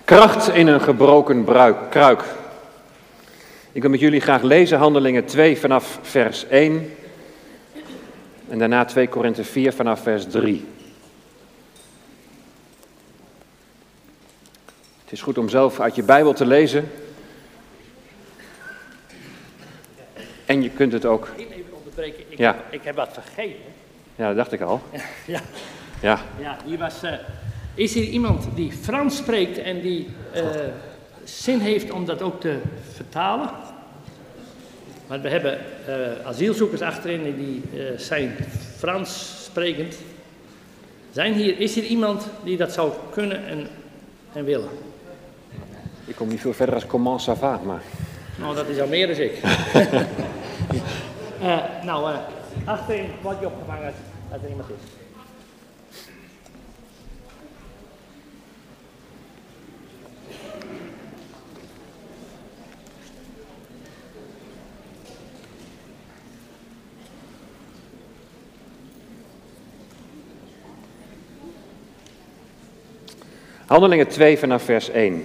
Kracht in een gebroken kruik. Ik wil met jullie graag lezen Handelingen 2 vanaf vers 1 en daarna 2 Korinthe 4 vanaf vers 3. Het is goed om zelf uit je Bijbel te lezen. En je kunt het ook... Even onderbreken, ik heb wat vergeten. Ja, dat dacht ik al. Ja, hier was... Is hier iemand die Frans spreekt en die zin heeft om dat ook te vertalen? Want we hebben asielzoekers achterin en die zijn Frans sprekend. Is hier iemand die dat zou kunnen en willen? Ik kom niet veel verder als comment ça va, maar... Nou, dat is al meer dan ik. Achterin wordt je opgevangen als er iemand is. Handelingen 2 vanaf vers 1.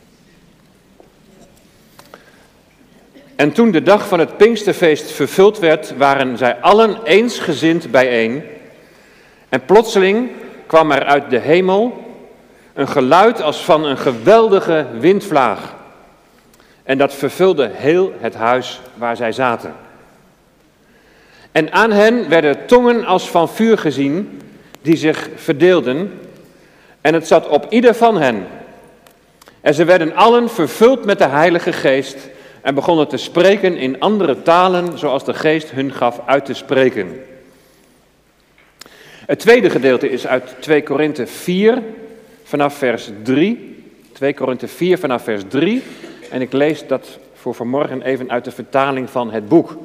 En toen de dag van het Pinksterfeest vervuld werd, waren zij allen eensgezind bijeen. En plotseling kwam er uit de hemel een geluid als van een geweldige windvlaag. En dat vervulde heel het huis waar zij zaten. En aan hen werden tongen als van vuur gezien, die zich verdeelden. En het zat op ieder van hen. En ze werden allen vervuld met de Heilige Geest en begonnen te spreken in andere talen, zoals de Geest hun gaf uit te spreken. Het tweede gedeelte is uit 2 Korinthe 4 vanaf vers 3. 2 Korinthe 4 vanaf vers 3. En ik lees dat voor vanmorgen even uit de vertaling van het boek.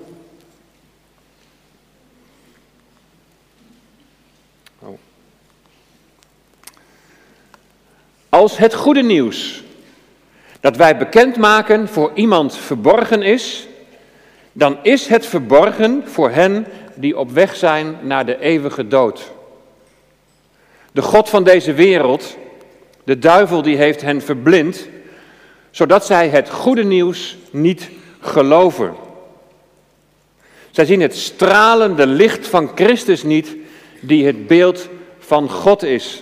Als het goede nieuws dat wij bekendmaken voor iemand verborgen is, dan is het verborgen voor hen die op weg zijn naar de eeuwige dood. De god van deze wereld, de duivel, die heeft hen verblind, zodat zij het goede nieuws niet geloven. Zij zien het stralende licht van Christus niet, die het beeld van God is.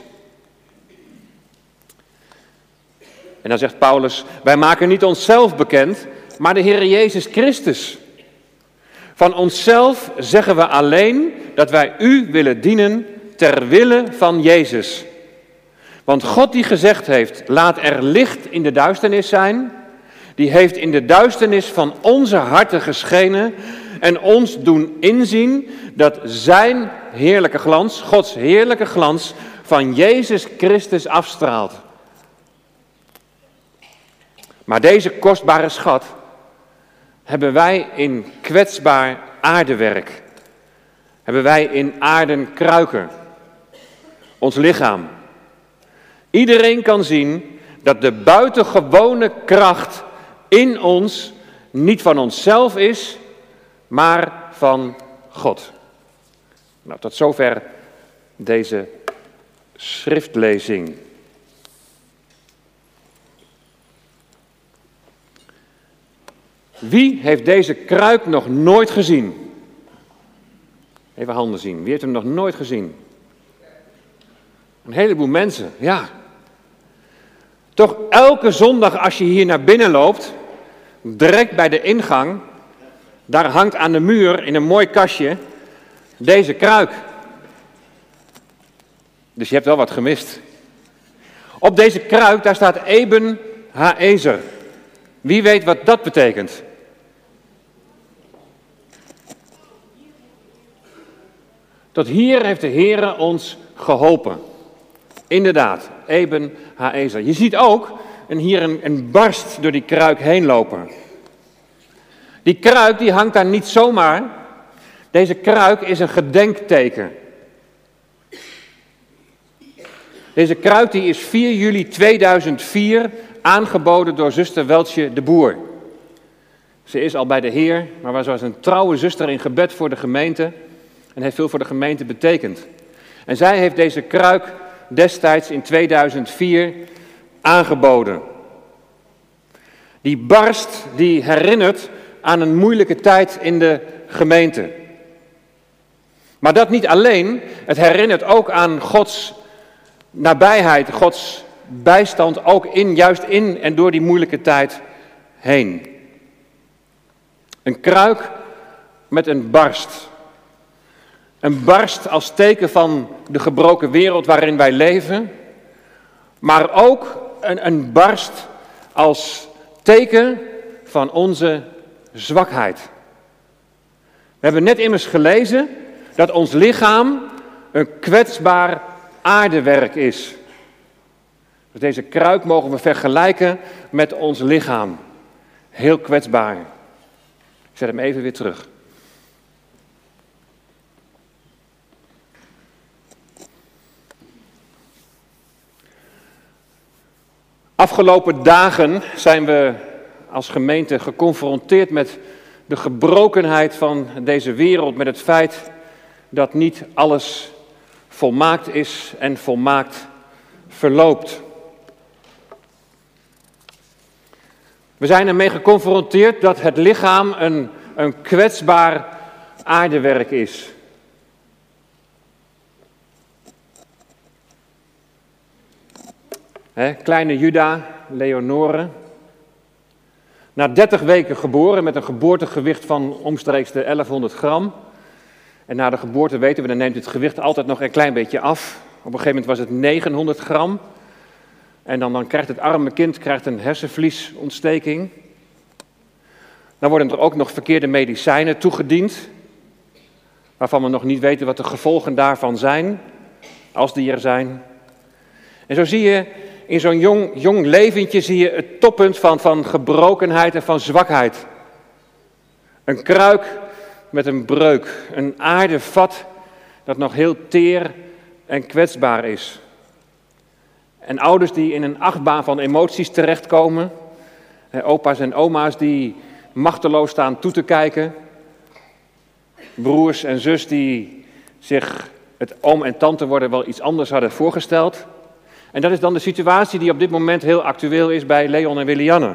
En dan zegt Paulus, wij maken niet onszelf bekend, maar de Heer Jezus Christus. Van onszelf zeggen we alleen dat wij u willen dienen ter wille van Jezus. Want God die gezegd heeft, laat er licht in de duisternis zijn, die heeft in de duisternis van onze harten geschenen en ons doen inzien dat zijn heerlijke glans, Gods heerlijke glans, van Jezus Christus afstraalt. Maar deze kostbare schat hebben wij in kwetsbaar aardewerk. Hebben wij in aarden kruiken. Ons lichaam. Iedereen kan zien dat de buitengewone kracht in ons niet van onszelf is, maar van God. Nou, tot zover deze schriftlezing. Wie heeft deze kruik nog nooit gezien? Even handen zien. Wie heeft hem nog nooit gezien? Een heleboel mensen, ja. Toch elke zondag als je hier naar binnen loopt, direct bij de ingang, daar hangt aan de muur in een mooi kastje deze kruik. Dus je hebt wel wat gemist. Op deze kruik, daar staat Eben Haezer. Wie weet wat dat betekent? Tot hier heeft de Heere ons geholpen. Inderdaad, Eben Haezer. Je ziet ook hier een barst door die kruik heen lopen. Die kruik die hangt daar niet zomaar. Deze kruik is een gedenkteken. Deze kruik die is 4 juli 2004 aangeboden door zuster Weltje de Boer. Ze is al bij de Heer, maar was een trouwe zuster in gebed voor de gemeente en heeft veel voor de gemeente betekend. En zij heeft deze kruik destijds in 2004 aangeboden. Die barst, die herinnert aan een moeilijke tijd in de gemeente. Maar dat niet alleen, het herinnert ook aan Gods nabijheid, Gods bijstand, ook juist in en door die moeilijke tijd heen. Een kruik met een barst. Een barst als teken van de gebroken wereld waarin wij leven, maar ook een barst als teken van onze zwakheid. We hebben net immers gelezen dat ons lichaam een kwetsbaar aardewerk is. Dus deze kruik mogen we vergelijken met ons lichaam. Heel kwetsbaar. Ik zet hem even weer terug. Afgelopen dagen zijn we als gemeente geconfronteerd met de gebrokenheid van deze wereld, met het feit dat niet alles volmaakt is en volmaakt verloopt. We zijn ermee geconfronteerd dat het lichaam een kwetsbaar aardewerk is. Kleine Juda, Leonore, na 30 weken geboren met een geboortegewicht van omstreeks de 1100 gram. En na de geboorte weten we, dan neemt het gewicht altijd nog een klein beetje af. Op een gegeven moment was het 900 gram. En dan krijgt het arme kind een hersenvliesontsteking. Dan worden er ook nog verkeerde medicijnen toegediend, waarvan we nog niet weten wat de gevolgen daarvan zijn, als die er zijn. En zo zie je in zo'n jong leventje zie je het toppunt van gebrokenheid en van zwakheid. Een kruik met een breuk, een aardevat dat nog heel teer en kwetsbaar is. En ouders die in een achtbaan van emoties terechtkomen, opa's en oma's die machteloos staan toe te kijken, broers en zus die zich het oom en tante worden wel iets anders hadden voorgesteld. En dat is dan de situatie die op dit moment heel actueel is bij Leon en Willianne.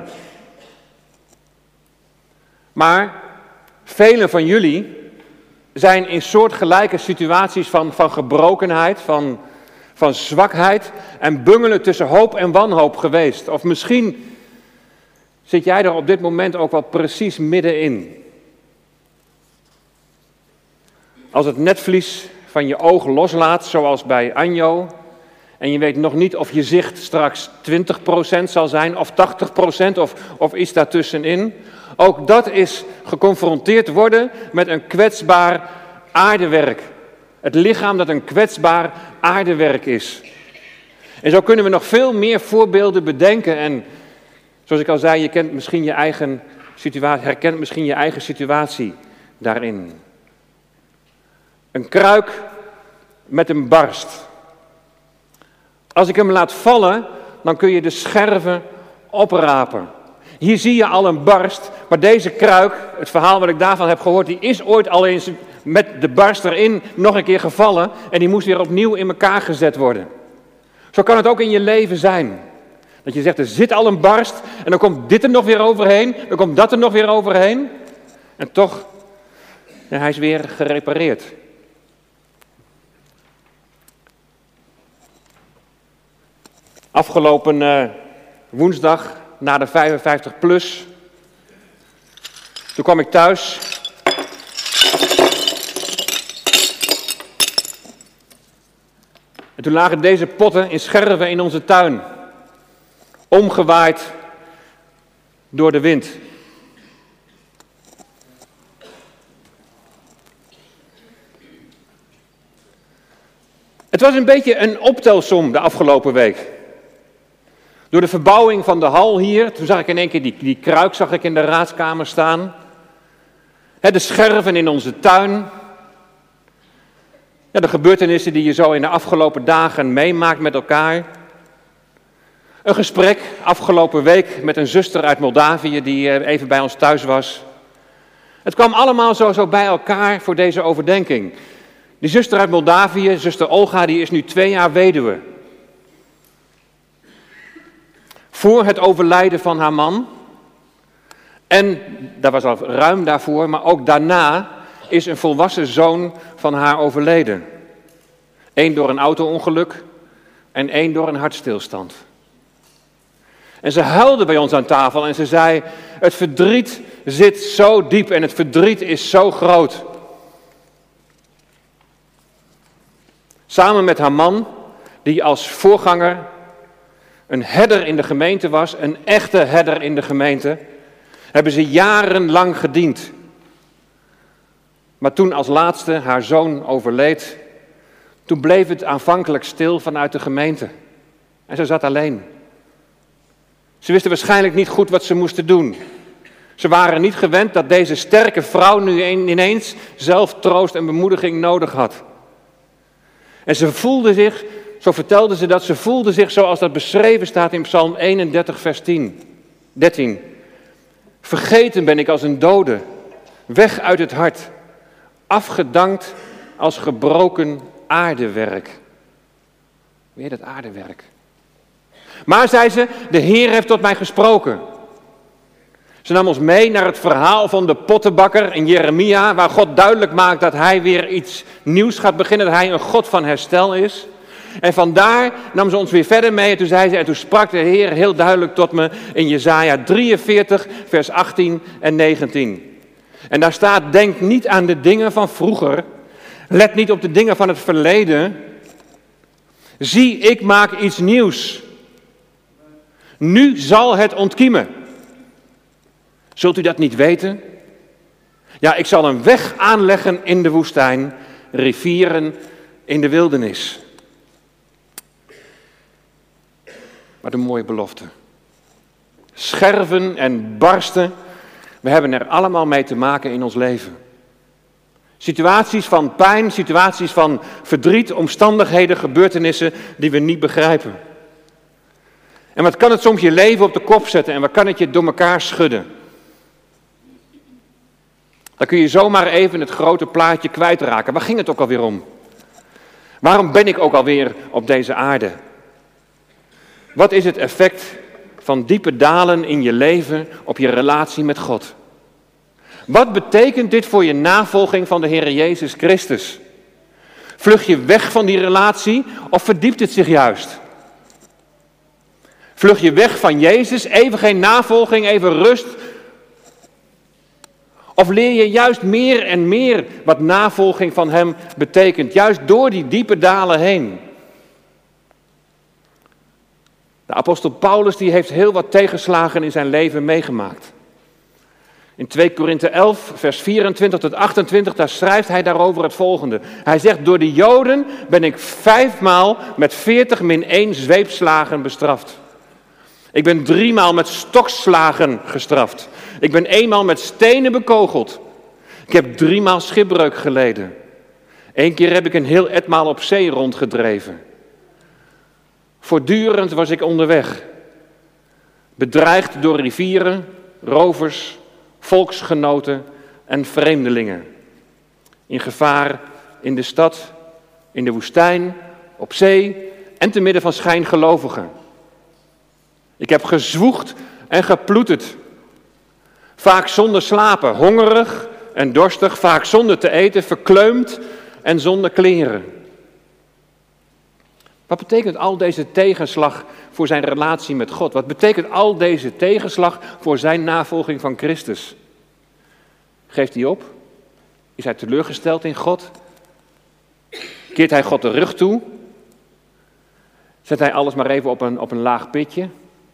Maar velen van jullie zijn in soortgelijke situaties van gebrokenheid, van zwakheid en bungelen tussen hoop en wanhoop geweest. Of misschien zit jij er op dit moment ook wel precies middenin. Als het netvlies van je oog loslaat, zoals bij Anjo, en je weet nog niet of je zicht straks 20% zal zijn of 80% of iets daartussenin. Ook dat is geconfronteerd worden met een kwetsbaar aardewerk. Het lichaam dat een kwetsbaar aardewerk is. En zo kunnen we nog veel meer voorbeelden bedenken. En zoals ik al zei, je kent misschien je eigen situatie, herkent misschien je eigen situatie daarin. Een kruik met een barst. Als ik hem laat vallen, dan kun je de scherven oprapen. Hier zie je al een barst, maar deze kruik, het verhaal wat ik daarvan heb gehoord, die is ooit al eens met de barst erin nog een keer gevallen en die moest weer opnieuw in elkaar gezet worden. Zo kan het ook in je leven zijn. Dat je zegt, er zit al een barst en dan komt dit er nog weer overheen, dan komt dat er nog weer overheen. En toch, hij is weer gerepareerd. Afgelopen woensdag, na de 55 plus, toen kwam ik thuis. En toen lagen deze potten in scherven in onze tuin, omgewaaid door de wind. Het was een beetje een optelsom de afgelopen week. Door de verbouwing van de hal hier, toen zag ik in één keer die kruik zag ik in de raadskamer staan. De scherven in onze tuin. Ja, de gebeurtenissen die je zo in de afgelopen dagen meemaakt met elkaar. Een gesprek afgelopen week met een zuster uit Moldavië die even bij ons thuis was. Het kwam allemaal zo bij elkaar voor deze overdenking. Die zuster uit Moldavië, zuster Olga, die is nu 2 jaar weduwe. voor het overlijden van haar man. En, dat was al ruim daarvoor, maar ook daarna is een volwassen zoon van haar overleden. 1 door een auto-ongeluk en 1 door een hartstilstand. En ze huilde bij ons aan tafel en ze zei, het verdriet zit zo diep en het verdriet is zo groot. Samen met haar man, die als voorganger een herder in de gemeente was, een echte herder in de gemeente, hebben ze jarenlang gediend. Maar toen als laatste haar zoon overleed, toen bleef het aanvankelijk stil vanuit de gemeente. En ze zat alleen. Ze wisten waarschijnlijk niet goed wat ze moesten doen. Ze waren niet gewend dat deze sterke vrouw nu ineens zelf troost en bemoediging nodig had. En ze voelde zich, zo vertelde ze dat, ze voelde zich zoals dat beschreven staat in Psalm 31 vers 13. Vergeten ben ik als een dode, weg uit het hart, afgedankt als gebroken aardewerk. Weer dat aardewerk. Maar, zei ze, de Heer heeft tot mij gesproken. Ze nam ons mee naar het verhaal van de pottenbakker in Jeremia, waar God duidelijk maakt dat hij weer iets nieuws gaat beginnen, dat hij een God van herstel is. En vandaar nam ze ons weer verder mee en toen zei ze, en toen sprak de Heer heel duidelijk tot me in Jesaja 43, vers 18 en 19. En daar staat, denk niet aan de dingen van vroeger, let niet op de dingen van het verleden. Zie, ik maak iets nieuws. Nu zal het ontkiemen. Zult u dat niet weten? Ja, ik zal een weg aanleggen in de woestijn, rivieren in de wildernis. Wat een mooie belofte. Scherven en barsten, we hebben er allemaal mee te maken in ons leven. Situaties van pijn, situaties van verdriet, omstandigheden, gebeurtenissen die we niet begrijpen. En wat kan het soms je leven op de kop zetten en wat kan het je door elkaar schudden? Dan kun je zomaar even het grote plaatje kwijtraken. Waar ging het ook alweer om? Waarom ben ik ook alweer op deze aarde? Wat is het effect van diepe dalen in je leven op je relatie met God? Wat betekent dit voor je navolging van de Heer Jezus Christus? Vlug je weg van die relatie of verdiept het zich juist? Vlug je weg van Jezus, even geen navolging, even rust? Of leer je juist meer en meer wat navolging van Hem betekent, juist door die diepe dalen heen? De apostel Paulus die heeft heel wat tegenslagen in zijn leven meegemaakt. In 2 Korinthe 11, vers 24 tot 28, daar schrijft hij daarover het volgende. Hij zegt, door de Joden ben ik 5 maal met 40-1 zweepslagen bestraft. Ik ben 3 maal met stokslagen gestraft. Ik ben 1 maal met stenen bekogeld. Ik heb 3 maal schipbreuk geleden. 1 keer heb ik een heel etmaal op zee rondgedreven. Voortdurend was ik onderweg. Bedreigd door rivieren, rovers, volksgenoten en vreemdelingen. In gevaar in de stad, in de woestijn, op zee en te midden van schijngelovigen. Ik heb gezwoegd en geploeterd. Vaak zonder slapen, hongerig en dorstig, vaak zonder te eten, verkleumd en zonder kleren. Wat betekent al deze tegenslag voor zijn relatie met God? Wat betekent al deze tegenslag voor zijn navolging van Christus? Geeft hij op? Is hij teleurgesteld in God? Keert hij God de rug toe? Zet hij alles maar even op een laag pitje?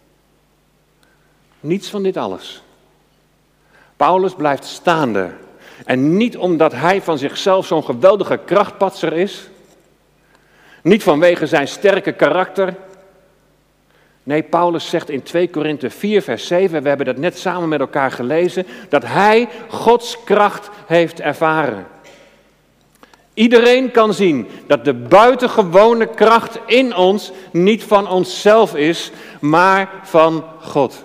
Niets van dit alles. Paulus blijft staande. En niet omdat hij van zichzelf zo'n geweldige krachtpatser is. Niet vanwege zijn sterke karakter. Nee, Paulus zegt in 2 Korinthe 4 vers 7, we hebben dat net samen met elkaar gelezen, dat hij Gods kracht heeft ervaren. Iedereen kan zien dat de buitengewone kracht in ons niet van onszelf is, maar van God.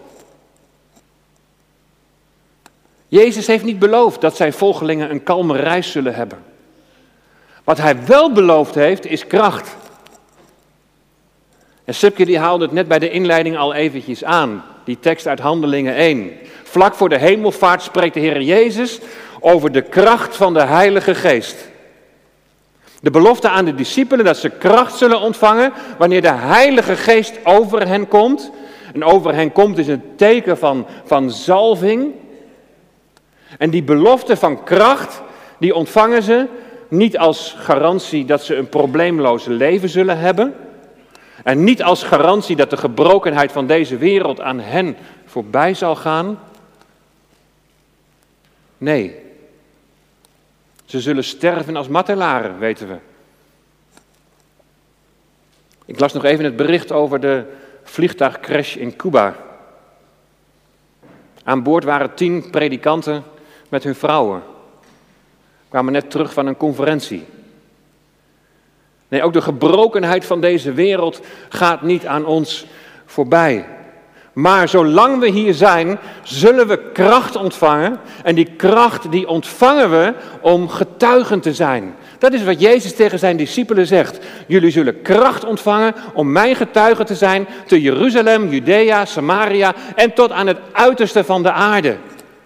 Jezus heeft niet beloofd dat zijn volgelingen een kalme reis zullen hebben. Wat hij wel beloofd heeft, is kracht. En Sipke die haalde het net bij de inleiding al eventjes aan. Die tekst uit Handelingen 1. Vlak voor de hemelvaart spreekt de Heer Jezus over de kracht van de Heilige Geest. De belofte aan de discipelen dat ze kracht zullen ontvangen wanneer de Heilige Geest over hen komt. En over hen komt is een teken van zalving. En die belofte van kracht, die ontvangen ze niet als garantie dat ze een probleemloos leven zullen hebben. En niet als garantie dat de gebrokenheid van deze wereld aan hen voorbij zal gaan. Nee, ze zullen sterven als martelaren, weten we. Ik las nog even het bericht over de vliegtuigcrash in Cuba. Aan boord waren 10 predikanten met hun vrouwen. Kwamen net terug van een conferentie. Nee, ook de gebrokenheid van deze wereld gaat niet aan ons voorbij. Maar zolang we hier zijn, zullen we kracht ontvangen. En die kracht die ontvangen we om getuigen te zijn. Dat is wat Jezus tegen zijn discipelen zegt. Jullie zullen kracht ontvangen om mijn getuigen te zijn te Jeruzalem, Judea, Samaria en tot aan het uiterste van de aarde.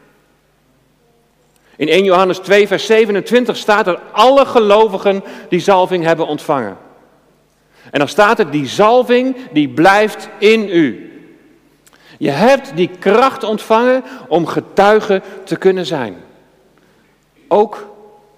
In 1 Johannes 2 vers 27 staat dat alle gelovigen die zalving hebben ontvangen. En dan staat er, die zalving die blijft in u. Je hebt die kracht ontvangen om getuige te kunnen zijn. Ook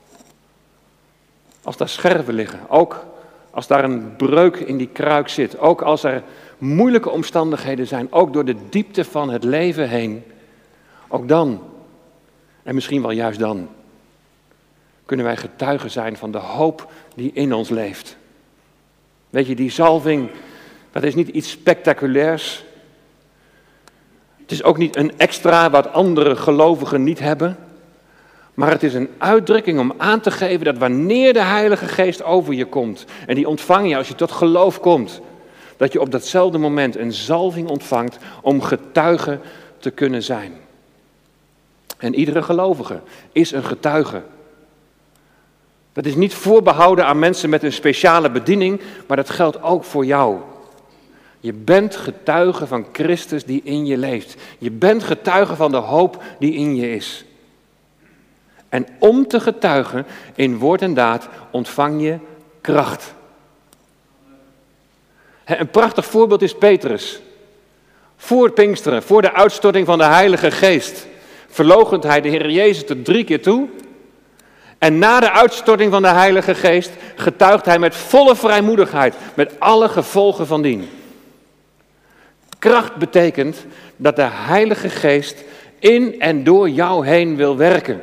als daar scherven liggen. Ook als daar een breuk in die kruik zit. Ook als er moeilijke omstandigheden zijn. Ook door de diepte van het leven heen. Ook dan, en misschien wel juist dan, kunnen wij getuigen zijn van de hoop die in ons leeft. Weet je, die zalving, dat is niet iets spectaculairs. Het is ook niet een extra wat andere gelovigen niet hebben. Maar het is een uitdrukking om aan te geven dat wanneer de Heilige Geest over je komt, en die ontvang je als je tot geloof komt, dat je op datzelfde moment een zalving ontvangt om getuige te kunnen zijn. En iedere gelovige is een getuige. Dat is niet voorbehouden aan mensen met een speciale bediening, maar dat geldt ook voor jou. Je bent getuige van Christus die in je leeft. Je bent getuige van de hoop die in je is. En om te getuigen in woord en daad ontvang je kracht. Een prachtig voorbeeld is Petrus. Voor Pinksteren, voor de uitstorting van de Heilige Geest, verloochent hij de Heer Jezus tot 3 keer toe. En na de uitstorting van de Heilige Geest getuigt hij met volle vrijmoedigheid, met alle gevolgen van dien. Kracht betekent dat de Heilige Geest in en door jou heen wil werken.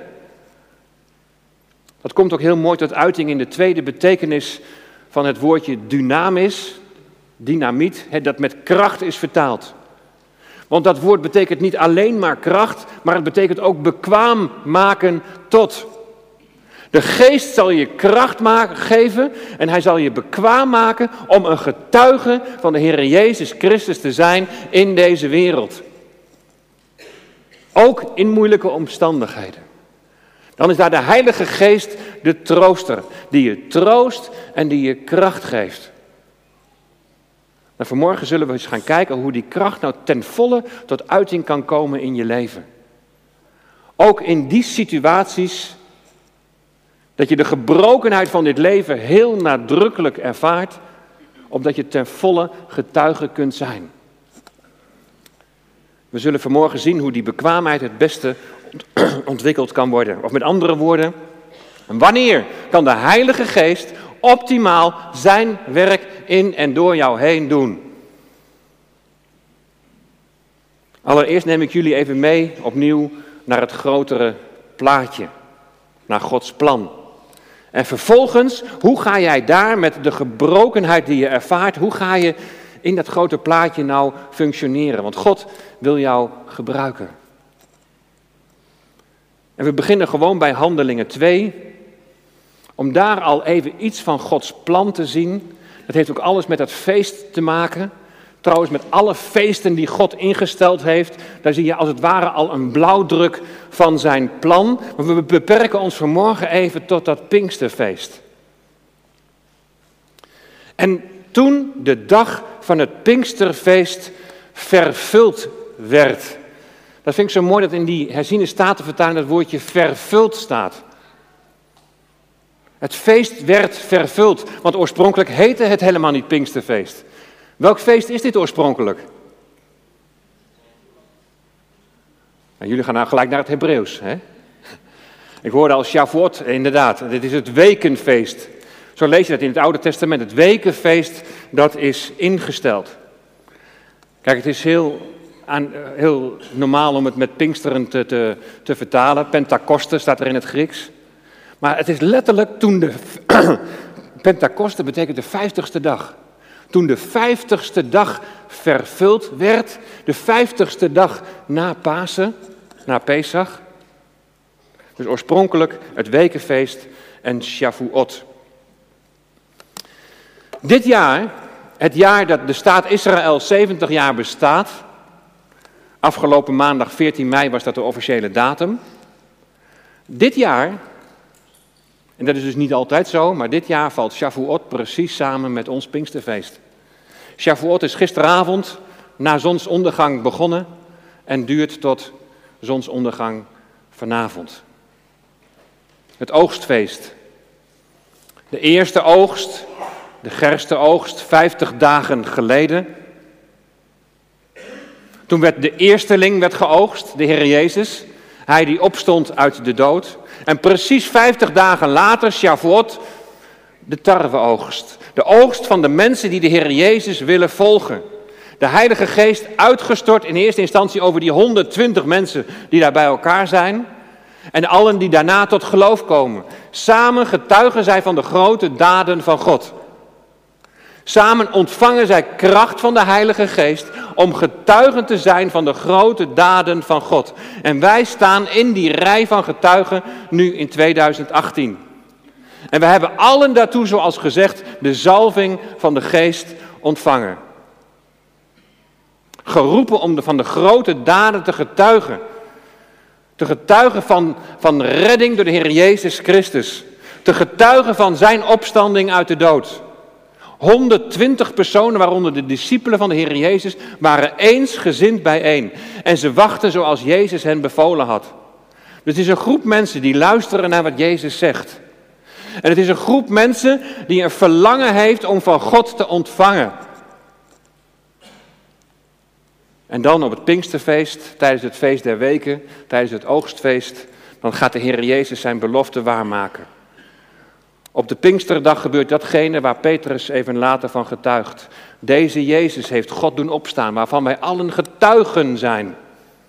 Dat komt ook heel mooi tot uiting in de tweede betekenis van het woordje dynamis, dynamiet, dat met kracht is vertaald. Want dat woord betekent niet alleen maar kracht, maar het betekent ook bekwaam maken tot. De Geest zal je kracht geven en hij zal je bekwaam maken om een getuige van de Heer Jezus Christus te zijn in deze wereld. Ook in moeilijke omstandigheden. Dan is daar de Heilige Geest de trooster, die je troost en die je kracht geeft. Nou, vanmorgen zullen we eens gaan kijken hoe die kracht nou ten volle tot uiting kan komen in je leven. Ook in die situaties dat je de gebrokenheid van dit leven heel nadrukkelijk ervaart, opdat je ten volle getuige kunt zijn. We zullen vanmorgen zien hoe die bekwaamheid het beste ontwikkeld kan worden. Of met andere woorden, wanneer kan de Heilige Geest optimaal zijn werk in en door jou heen doen? Allereerst neem ik jullie even mee opnieuw naar het grotere plaatje, naar Gods plan. En vervolgens, hoe ga jij daar met de gebrokenheid die je ervaart, hoe ga je in dat grote plaatje nou functioneren? Want God wil jou gebruiken. En we beginnen gewoon bij Handelingen 2, om daar al even iets van Gods plan te zien. Dat heeft ook alles met dat feest te maken. Trouwens, met alle feesten die God ingesteld heeft, daar zie je als het ware al een blauwdruk van zijn plan. Maar we beperken ons vanmorgen even tot dat Pinksterfeest. En toen de dag van het Pinksterfeest vervuld werd. Dat vind ik zo mooi dat in die herziene statenvertaling dat woordje vervuld staat. Het feest werd vervuld, want oorspronkelijk heette het helemaal niet Pinksterfeest. Welk feest is dit oorspronkelijk? En jullie gaan nou gelijk naar het Hebreeuws, hè? Ik hoorde al Shavuot, inderdaad, dit is het wekenfeest. Zo lees je dat in het Oude Testament, het wekenfeest dat is ingesteld. Kijk, het is heel normaal om het met Pinksteren te vertalen. Pentakoste staat er in het Grieks. Maar het is letterlijk toen de Pentakoste betekent de 50ste dag. Toen de 50ste dag vervuld werd, de 50ste dag na Pasen, na Pesach. Dus oorspronkelijk het wekenfeest en Shavuot. Dit jaar, het jaar dat de staat Israël 70 jaar bestaat. Afgelopen maandag 14 mei was dat de officiële datum. Dit jaar, en dat is dus niet altijd zo, maar dit jaar valt Shavuot precies samen met ons Pinksterfeest. Shavuot is gisteravond na zonsondergang begonnen en duurt tot zonsondergang vanavond. Het oogstfeest. De eerste oogst, de gerstenoogst, 50 dagen geleden. Toen werd de eersteling geoogst, de Heer Jezus. Hij die opstond uit de dood. En precies 50 dagen later, Shavuot, de tarweoogst. De oogst van de mensen die de Heer Jezus willen volgen. De Heilige Geest uitgestort in eerste instantie over die 120 mensen die daar bij elkaar zijn. En allen die daarna tot geloof komen. Samen getuigen zij van de grote daden van God. Samen ontvangen zij kracht van de Heilige Geest om getuigen te zijn van de grote daden van God. En wij staan in die rij van getuigen nu in 2018. En we hebben allen daartoe, zoals gezegd, de zalving van de Geest ontvangen. Geroepen om van de grote daden te getuigen. Te getuigen van redding door de Heer Jezus Christus. Te getuigen van zijn opstanding uit de dood. 120 personen, waaronder de discipelen van de Heer Jezus, waren eensgezind bijeen. En ze wachten zoals Jezus hen bevolen had. Dus het is een groep mensen die luisteren naar wat Jezus zegt. En het is een groep mensen die een verlangen heeft om van God te ontvangen. En dan op het Pinksterfeest, tijdens het feest der weken, tijdens het oogstfeest, dan gaat de Heer Jezus zijn belofte waarmaken. Op de Pinksterdag gebeurt datgene waar Petrus even later van getuigt. Deze Jezus heeft God doen opstaan, waarvan wij allen getuigen zijn.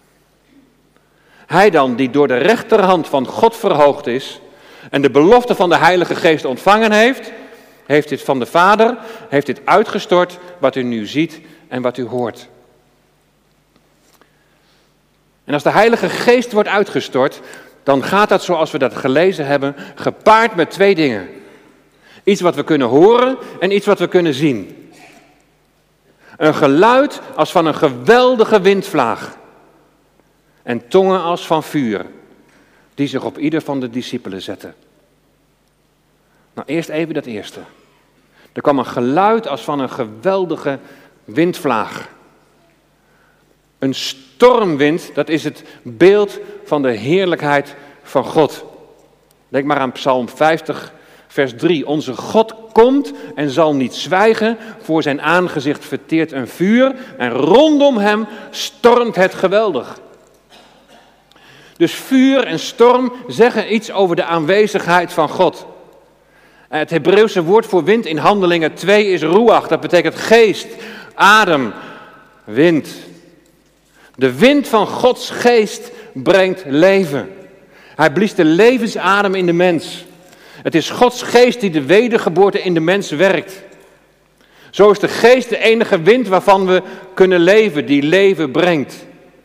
Hij dan, die door de rechterhand van God verhoogd is en de belofte van de Heilige Geest ontvangen heeft dit van de Vader, heeft dit uitgestort wat u nu ziet en wat u hoort. En als de Heilige Geest wordt uitgestort, dan gaat dat zoals we dat gelezen hebben, gepaard met twee dingen. Iets wat we kunnen horen en iets wat we kunnen zien. Een geluid als van een geweldige windvlaag. En tongen als van vuur, die zich op ieder van de discipelen zetten. Nou, eerst even dat eerste. Er kwam een geluid als van een geweldige windvlaag. Een stormwind, dat is het beeld van de heerlijkheid van God. Denk maar aan Psalm 50, vers 3. Onze God komt en zal niet zwijgen, voor zijn aangezicht verteert een vuur en rondom hem stormt het geweldig. Dus vuur en storm zeggen iets over de aanwezigheid van God. Het Hebreeuwse woord voor wind in Handelingen 2 is ruach, dat betekent geest, adem, wind. De wind van Gods geest brengt leven. Hij blies de levensadem in de mens. Het is Gods geest die de wedergeboorte in de mens werkt. Zo is de geest de enige wind waarvan we kunnen leven, die leven brengt.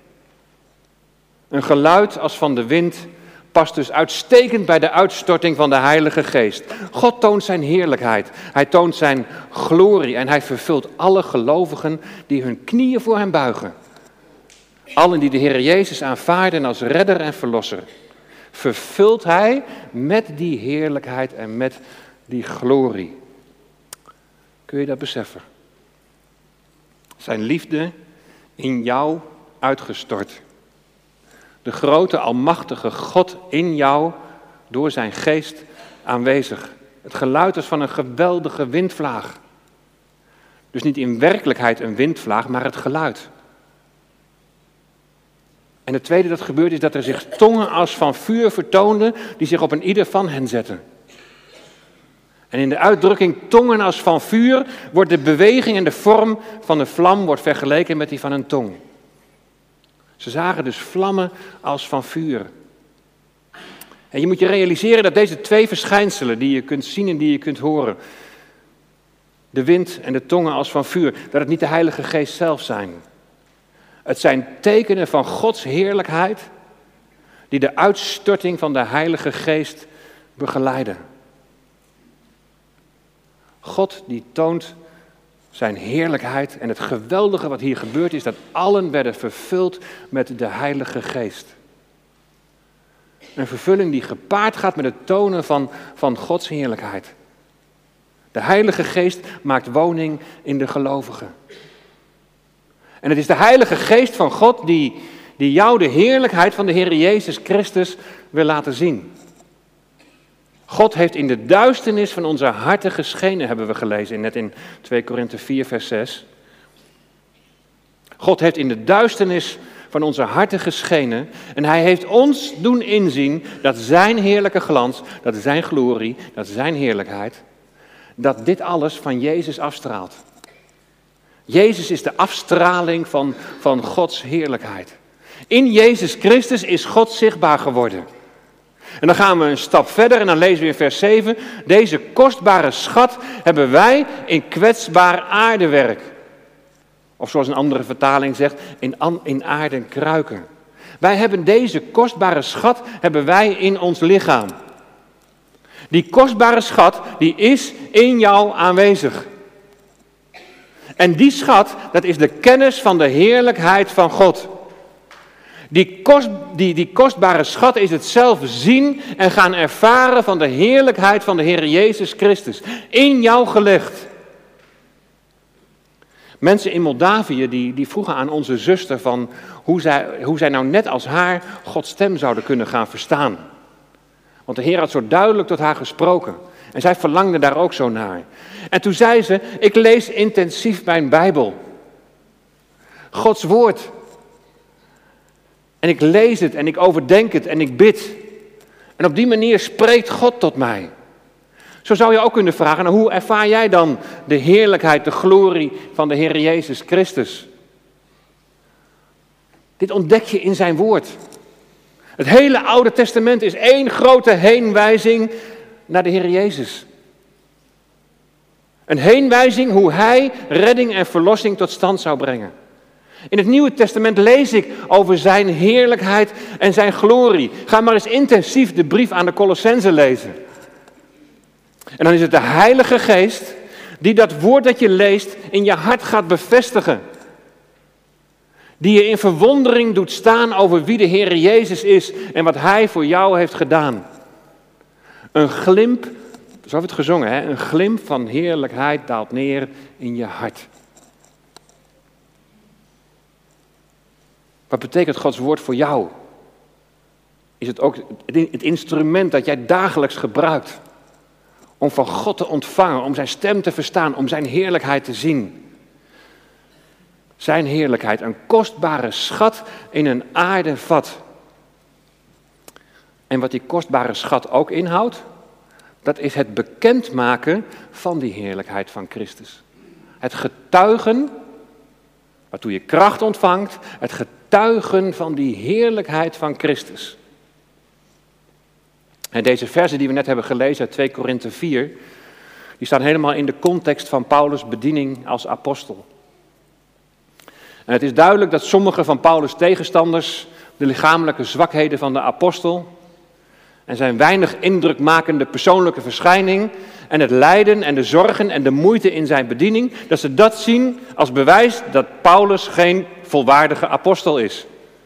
Een geluid als van de wind past dus uitstekend bij de uitstorting van de Heilige Geest. God toont zijn heerlijkheid, hij toont zijn glorie en hij vervult alle gelovigen die hun knieën voor hem buigen. Allen die de Heer Jezus aanvaarden als redder en verlosser, vervult hij met die heerlijkheid en met die glorie. Kun je dat beseffen? zijn liefde in jou uitgestort. De grote, almachtige God in jou door zijn geest aanwezig. Het geluid is van een geweldige windvlaag. Dus niet in werkelijkheid een windvlaag, maar het geluid. En het tweede dat gebeurt is dat er zich tongen als van vuur vertoonden die zich op een ieder van hen zetten. En in de uitdrukking tongen als van vuur wordt de beweging en de vorm van de vlam wordt vergeleken met die van een tong. Ze zagen dus vlammen als van vuur. En je moet je realiseren dat deze twee verschijnselen die je kunt zien en die je kunt horen, de wind en de tongen als van vuur, dat het niet de Heilige Geest zelf zijn. Het zijn tekenen van Gods heerlijkheid die de uitstorting van de Heilige Geest begeleiden. God die toont zijn heerlijkheid en het geweldige wat hier gebeurt is dat allen werden vervuld met de Heilige Geest. Een vervulling die gepaard gaat met het tonen van Gods heerlijkheid. De Heilige Geest maakt woning in de gelovigen. En het is de Heilige Geest van God die jou de heerlijkheid van de Heer Jezus Christus wil laten zien. God heeft in de duisternis van onze harten geschenen, hebben we gelezen, net in 2 Korinthe 4, vers 6. God heeft in de duisternis van onze harten geschenen en hij heeft ons doen inzien dat zijn heerlijke glans, dat zijn glorie, dat zijn heerlijkheid, dat dit alles van Jezus afstraalt. Jezus is de afstraling van Gods heerlijkheid. In Jezus Christus is God zichtbaar geworden. En dan gaan we een stap verder en dan lezen we in vers 7. Deze kostbare schat hebben wij in kwetsbaar aardewerk. Of zoals een andere vertaling zegt, in aarden kruiken. Wij hebben deze kostbare schat hebben wij in ons lichaam. Die kostbare schat, die is in jou aanwezig. En die schat, dat is de kennis van de heerlijkheid van God. Die kostbare schat is het zelf zien en gaan ervaren van de heerlijkheid van de Heer Jezus Christus. In jou gelegd. Mensen in Moldavië die vroegen aan onze zuster van hoe zij nou net als haar Gods stem zouden kunnen gaan verstaan. Want de Heer had zo duidelijk tot haar gesproken. En zij verlangde daar ook zo naar. En toen zei ze, ik lees intensief mijn Bijbel. Gods woord. En ik lees het en ik overdenk het en ik bid. En op die manier spreekt God tot mij. Zo zou je ook kunnen vragen, nou, hoe ervaar jij dan de heerlijkheid, de glorie van de Heer Jezus Christus? Dit ontdek je in zijn woord. Het hele Oude Testament is één grote heenwijzing naar de Heer Jezus. Een heenwijzing hoe hij redding en verlossing tot stand zou brengen. In het Nieuwe Testament lees ik over zijn heerlijkheid en zijn glorie. Ga maar eens intensief de brief aan de Colossenzen lezen. En dan is het de Heilige Geest die dat woord dat je leest in je hart gaat bevestigen. Die je in verwondering doet staan over wie de Heer Jezus is en wat hij voor jou heeft gedaan. Een glimp, zo hebben we het gezongen, hè? Een glimp van heerlijkheid daalt neer in je hart. Wat betekent Gods woord voor jou? Is het ook het instrument dat jij dagelijks gebruikt om van God te ontvangen, om zijn stem te verstaan, om zijn heerlijkheid te zien? Zijn heerlijkheid, een kostbare schat in een aarden vat. En wat die kostbare schat ook inhoudt, dat is het bekendmaken van die heerlijkheid van Christus. Het getuigen, waartoe je kracht ontvangt, het getuigen van die heerlijkheid van Christus. En deze versen die we net hebben gelezen uit 2 Korinthe 4, die staan helemaal in de context van Paulus' bediening als apostel. En het is duidelijk dat sommige van Paulus' tegenstanders de lichamelijke zwakheden van de apostel en zijn weinig indrukmakende persoonlijke verschijning en het lijden en de zorgen en de moeite in zijn bediening, dat ze dat zien als bewijs dat Paulus geen volwaardige apostel is.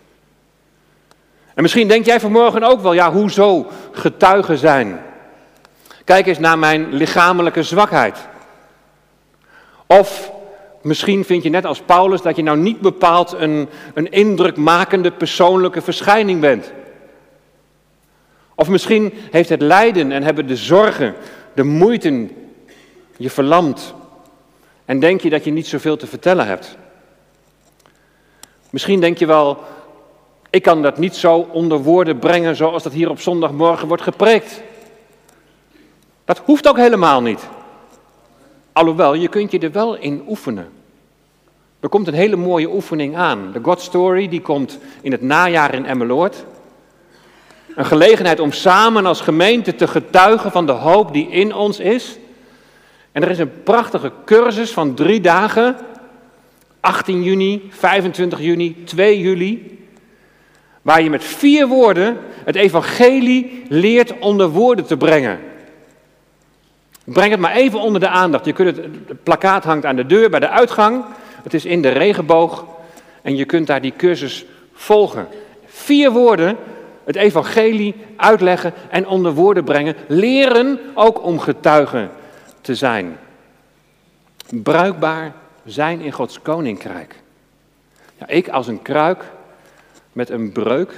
En misschien denk jij vanmorgen ook wel, ja, hoezo getuigen zijn? Kijk eens naar mijn lichamelijke zwakheid. Of Misschien vind je net als Paulus dat je nou niet bepaald een indrukmakende persoonlijke verschijning bent. Of misschien heeft het lijden en hebben de zorgen, de moeite je verlamd. En denk je dat je niet zoveel te vertellen hebt. Misschien denk je wel, ik kan dat niet zo onder woorden brengen zoals dat hier op zondagmorgen wordt gepreekt. Dat hoeft ook helemaal niet. Alhoewel, je kunt je er wel in oefenen. Er komt een hele mooie oefening aan. De God Story, die komt in het najaar in Emmeloord. Een gelegenheid om samen als gemeente te getuigen van de hoop die in ons is. En er is een prachtige cursus van 3 dagen. 18 juni, 25 juni, 2 juli. Waar je met 4 woorden het evangelie leert onder woorden te brengen. Breng het maar even onder de aandacht. Je kunt het plakkaat hangt aan de deur bij de uitgang. Het is in de regenboog. En je kunt daar die cursus volgen. 4 woorden, het evangelie uitleggen en onder woorden brengen. Leren ook om getuigen te zijn. Bruikbaar zijn in Gods koninkrijk. Ja, ik als een kruik met een breuk.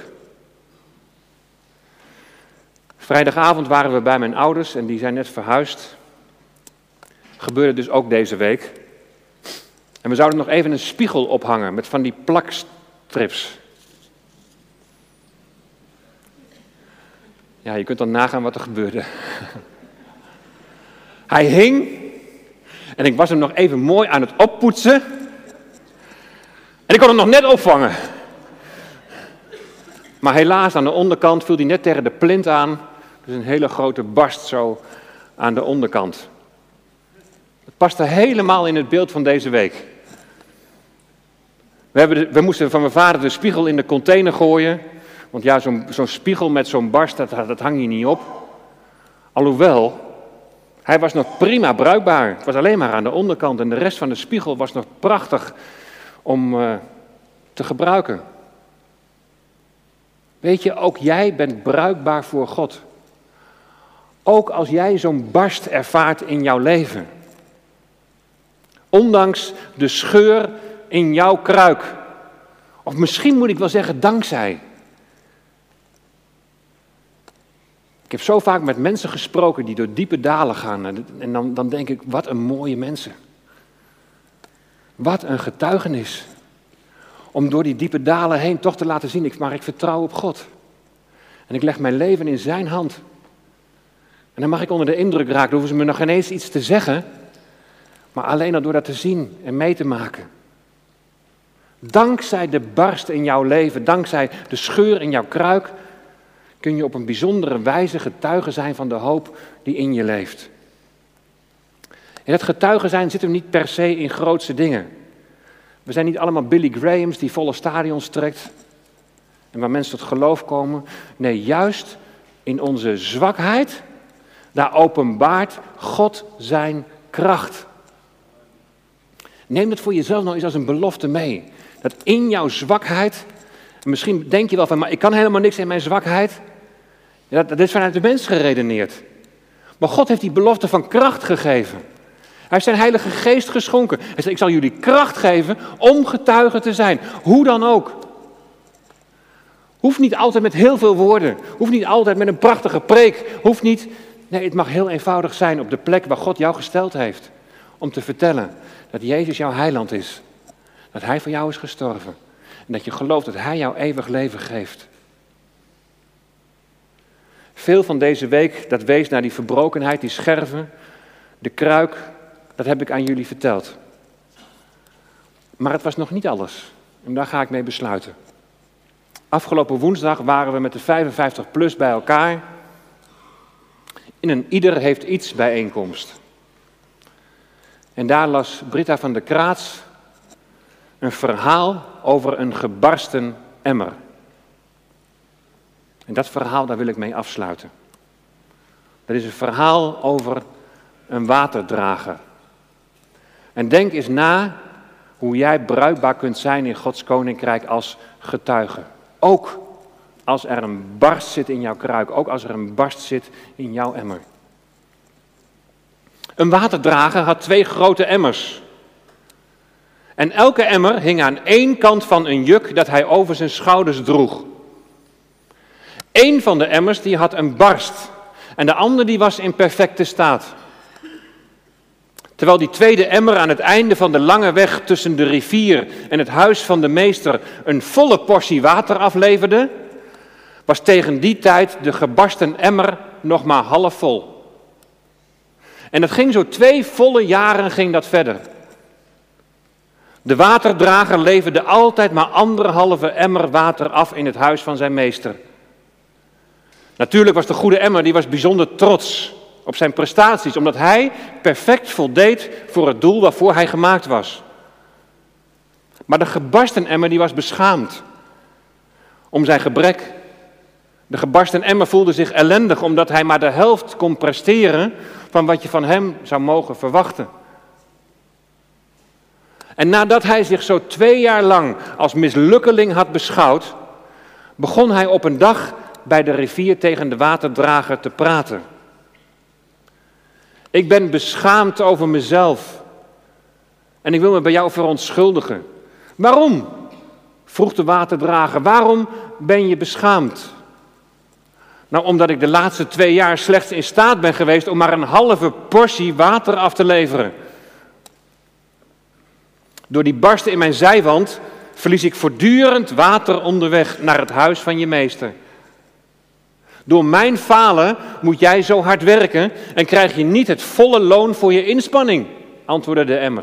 Vrijdagavond waren we bij mijn ouders en die zijn net verhuisd. Gebeurde dus ook deze week. En we zouden nog even een spiegel ophangen met van die plakstrips. Ja, je kunt dan nagaan wat er gebeurde. Hij hing en ik was hem nog even mooi aan het oppoetsen. En ik kon hem nog net opvangen. Maar helaas, aan de onderkant viel hij net tegen de plint aan. Dus een hele grote barst zo aan de onderkant. Het paste helemaal in het beeld van deze week. We moesten van mijn vader de spiegel in de container gooien. Want ja, zo'n spiegel met zo'n barst, dat hang je niet op. Alhoewel, hij was nog prima bruikbaar. Het was alleen maar aan de onderkant en de rest van de spiegel was nog prachtig om te gebruiken. Weet je, ook jij bent bruikbaar voor God. Ook als jij zo'n barst ervaart in jouw leven. Ondanks de scheur in jouw kruik. Of misschien moet ik wel zeggen, dankzij. Ik heb zo vaak met mensen gesproken die door diepe dalen gaan. En dan denk ik, wat een mooie mensen. Wat een getuigenis. Om door die diepe dalen heen toch te laten zien, maar ik vertrouw op God. En ik leg mijn leven in zijn hand. En dan mag ik onder de indruk raken, dan hoeven ze me nog geen eens iets te zeggen. Maar alleen al door dat te zien en mee te maken. Dankzij de barst in jouw leven, dankzij de scheur in jouw kruik, kun je op een bijzondere wijze getuige zijn van de hoop die in je leeft. En dat getuige zijn zit hem niet per se in grootse dingen. We zijn niet allemaal Billy Grahams die volle stadions trekt en waar mensen tot geloof komen. Nee, juist in onze zwakheid, daar openbaart God zijn kracht. Neem het voor jezelf nou eens als een belofte mee. Dat in jouw zwakheid, misschien denk je wel van, maar ik kan helemaal niks in mijn zwakheid. Ja, dat is vanuit de mens geredeneerd. Maar God heeft die belofte van kracht gegeven. Hij heeft zijn Heilige Geest geschonken. Hij zegt, ik zal jullie kracht geven om getuigen te zijn. Hoe dan ook. Hoeft niet altijd met heel veel woorden. Hoeft niet altijd met een prachtige preek. Hoeft niet. Nee, het mag heel eenvoudig zijn op de plek waar God jou gesteld heeft. Om te vertellen dat Jezus jouw heiland is. Dat hij voor jou is gestorven. En dat je gelooft dat hij jou eeuwig leven geeft. Veel van deze week, dat wees naar die verbrokenheid, die scherven, de kruik, dat heb ik aan jullie verteld. Maar het was nog niet alles. En daar ga ik mee besluiten. Afgelopen woensdag waren we met de 55PLUS bij elkaar in een Ieder heeft iets bijeenkomst. En daar las Britta van der Kraats een verhaal over een gebarsten emmer. En dat verhaal, daar wil ik mee afsluiten. Dat is een verhaal over een waterdrager. En denk eens na hoe jij bruikbaar kunt zijn in Gods koninkrijk als getuige. Ook als er een barst zit in jouw kruik, ook als er een barst zit in jouw emmer. Een waterdrager had 2 grote emmers. En elke emmer hing aan één kant van een juk dat hij over zijn schouders droeg. Eén van de emmers die had een barst en de andere die was in perfecte staat. Terwijl die tweede emmer aan het einde van de lange weg tussen de rivier en het huis van de meester een volle portie water afleverde, was tegen die tijd de gebarsten emmer nog maar half vol. En dat ging zo 2 volle jaren ging dat verder. De waterdrager leverde altijd maar 1,5 emmer water af in het huis van zijn meester. Natuurlijk was de goede emmer, die was bijzonder trots op zijn prestaties, omdat hij perfect voldeed voor het doel waarvoor hij gemaakt was. Maar de gebarsten emmer, die was beschaamd om zijn gebrek. De gebarsten emmer voelde zich ellendig, omdat hij maar de helft kon presteren van wat je van hem zou mogen verwachten. En nadat hij zich zo 2 jaar lang als mislukkeling had beschouwd, begon hij op een dag bij de rivier tegen de waterdrager te praten. Ik ben beschaamd over mezelf en ik wil me bij jou verontschuldigen. Waarom? Vroeg de waterdrager. Waarom ben je beschaamd? Nou, omdat ik de laatste 2 jaar slechts in staat ben geweest om maar een halve portie water af te leveren. Door die barsten in mijn zijwand verlies ik voortdurend water onderweg naar het huis van je meester. Door mijn falen moet jij zo hard werken en krijg je niet het volle loon voor je inspanning, antwoordde de emmer.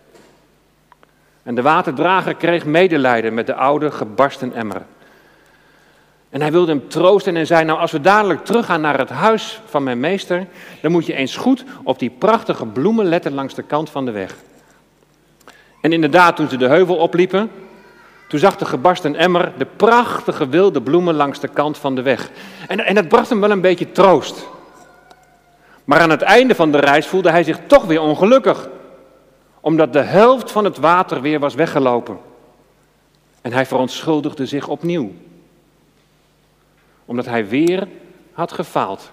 En de waterdrager kreeg medelijden met de oude gebarsten emmer. En hij wilde hem troosten en zei, nou als we dadelijk teruggaan naar het huis van mijn meester, dan moet je eens goed op die prachtige bloemen letten langs de kant van de weg. En inderdaad, toen ze de heuvel opliepen, toen zag de gebarsten emmer de prachtige wilde bloemen langs de kant van de weg. En dat bracht hem wel een beetje troost. Maar aan het einde van de reis voelde hij zich toch weer ongelukkig, omdat de helft van het water weer was weggelopen. En hij verontschuldigde zich opnieuw, omdat hij weer had gefaald.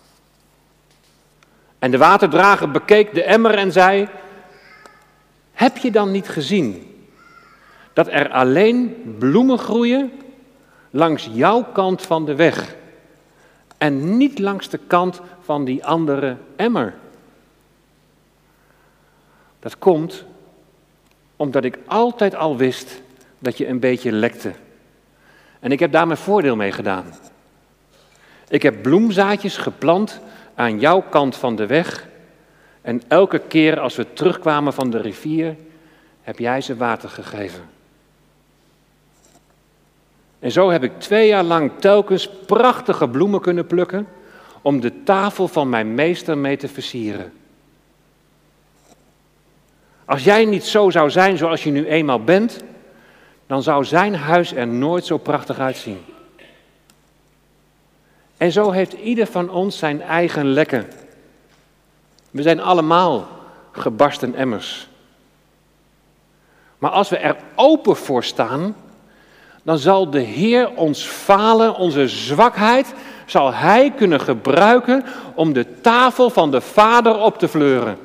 En de waterdrager bekeek de emmer en zei, heb je dan niet gezien dat er alleen bloemen groeien langs jouw kant van de weg en niet langs de kant van die andere emmer? Dat komt omdat ik altijd al wist dat je een beetje lekte. En ik heb daar mijn voordeel mee gedaan. Ik heb bloemzaadjes geplant aan jouw kant van de weg en elke keer als we terugkwamen van de rivier heb jij ze water gegeven. En zo heb ik 2 jaar lang telkens prachtige bloemen kunnen plukken om de tafel van mijn meester mee te versieren. Als jij niet zo zou zijn zoals je nu eenmaal bent, dan zou zijn huis er nooit zo prachtig uitzien. En zo heeft ieder van ons zijn eigen lekken. We zijn allemaal gebarsten emmers. Maar als we er open voor staan, dan zal de Heer ons falen, onze zwakheid, zal Hij kunnen gebruiken om de tafel van de Vader op te fleuren.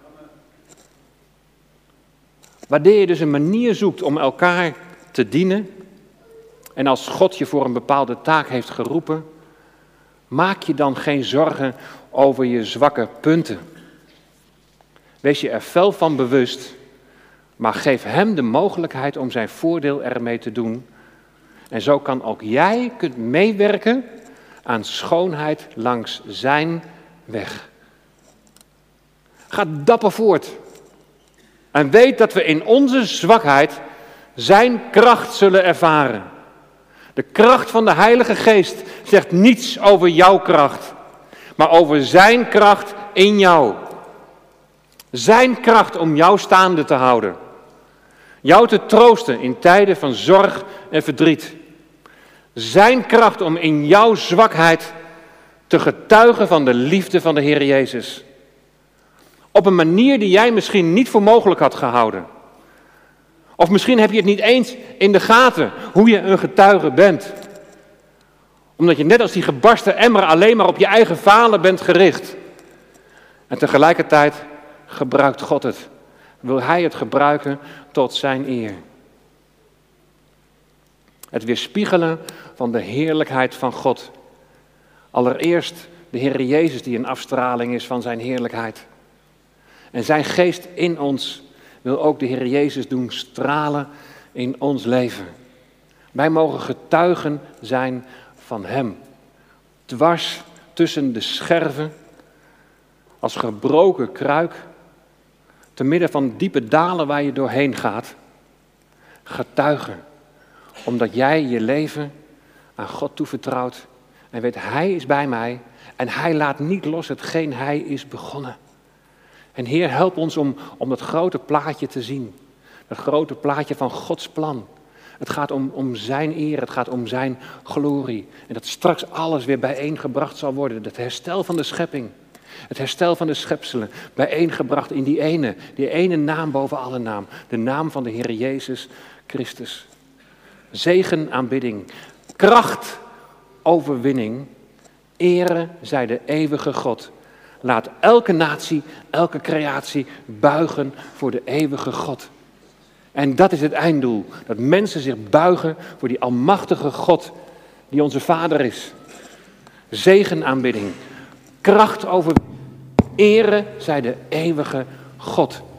Wanneer je dus een manier zoekt om elkaar te dienen, en als God je voor een bepaalde taak heeft geroepen, maak je dan geen zorgen over je zwakke punten. Wees je er fel van bewust, maar geef Hem de mogelijkheid om zijn voordeel ermee te doen. En zo kan ook jij kunt meewerken aan schoonheid langs zijn weg. Ga dapper voort. En weet dat we in onze zwakheid zijn kracht zullen ervaren. De kracht van de Heilige Geest zegt niets over jouw kracht, maar over zijn kracht in jou. Zijn kracht om jou staande te houden. Jou te troosten in tijden van zorg en verdriet. Zijn kracht om in jouw zwakheid te getuigen van de liefde van de Heer Jezus. Op een manier die jij misschien niet voor mogelijk had gehouden. Of misschien heb je het niet eens in de gaten hoe je een getuige bent. Omdat je net als die gebarsten emmer alleen maar op je eigen falen bent gericht. En tegelijkertijd gebruikt God het. wil hij het gebruiken tot zijn eer. Het weerspiegelen van de heerlijkheid van God. Allereerst de Heer Jezus die een afstraling is van zijn heerlijkheid. En zijn geest in ons wil ook de Heer Jezus doen stralen in ons leven. Wij mogen getuigen zijn van hem. Dwars tussen de scherven, als gebroken kruik, te midden van diepe dalen waar je doorheen gaat. Getuigen, omdat jij je leven aan God toevertrouwt en weet, hij is bij mij en hij laat niet los hetgeen hij is begonnen. En Heer, help ons om dat grote plaatje te zien. Dat grote plaatje van Gods plan. Het gaat om zijn eer, het gaat om zijn glorie. En dat straks alles weer bijeengebracht zal worden. Het herstel van de schepping. Het herstel van de schepselen. Bijeengebracht in die ene naam boven alle naam. De naam van de Heer Jezus Christus. Zegen, aanbidding. Kracht, overwinning. Ere zij de eeuwige God. Laat elke natie, elke creatie buigen voor de eeuwige God. En dat is het einddoel. Dat mensen zich buigen voor die almachtige God die onze Vader is. Zegen, aanbidding. Kracht over ere zij de eeuwige God.